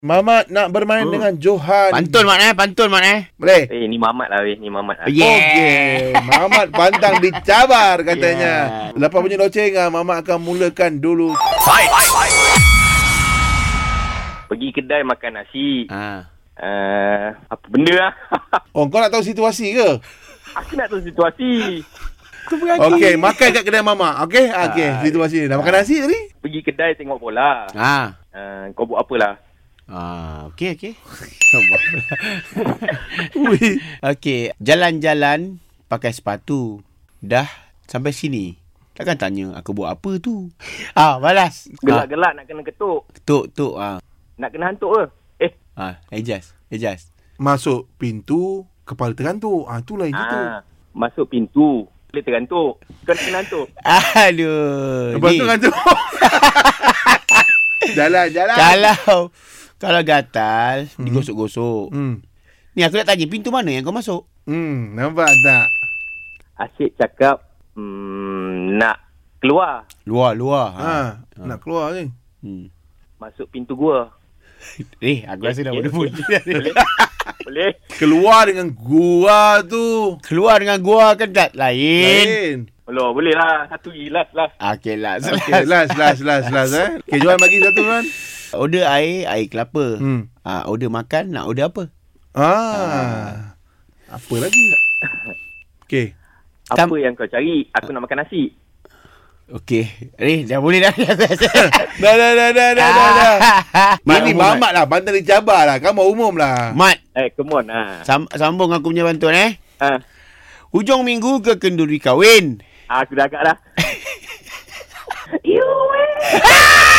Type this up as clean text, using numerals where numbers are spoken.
Mamat nak bermain dengan Johan. Pantun Mat. Boleh? Ni Mamat lah ni Mamat lah. Okey. Mamat pantang dicabar katanya. Lepas punya loceng, Mamat akan mulakan dulu. Pergi kedai makan nasi. Apa benda lah. Oh, kau nak tahu situasi ke? Aku nak tahu situasi. Okey, makan kat kedai Mamat. Okey, situasi ni. Dah makan nasi tadi? Pergi kedai tengok bola. Kau buat apalah? Okey. Okey, jalan-jalan pakai sepatu. Dah sampai sini. Takkan tanya aku buat apa tu. Balas. Gelak-gelak nak kena ketuk. Tuk. Nak kena hantuk ke? Ejas. Masuk pintu, kepala tergantuk. Itulah itu tu. Masuk pintu, boleh tergantuk. Kau nak kena hantuk. Aduh. Lepas tu gantuk. Jalan. Kalau gatal, digosok-gosok. Ni aku nak tanya, pintu mana yang kau masuk? Nampak tak? Asyik cakap nak keluar. Luar. Nak keluar ni. Masuk pintu gua. Aku rasa dah boleh. Boleh. Keluar dengan gua tu. Keluar dengan gua kan tak lain. Alah, boleh lah. Satu last. Okey, last. Last. Okey, Johan bagi satu kan. Order air kelapa. Order makan, nak order apa? Apa lagi? Okey. Apa yang kau cari? Aku nak makan nasi. Okey. Dah boleh dah. Dah. Ini Mamat lah. Pantang dicabar lah. Kamu umum lah. Mat. Come on lah. Sambung aku punya bantuan Hujung minggu ke kenduri kahwin. Aku dah agak dah.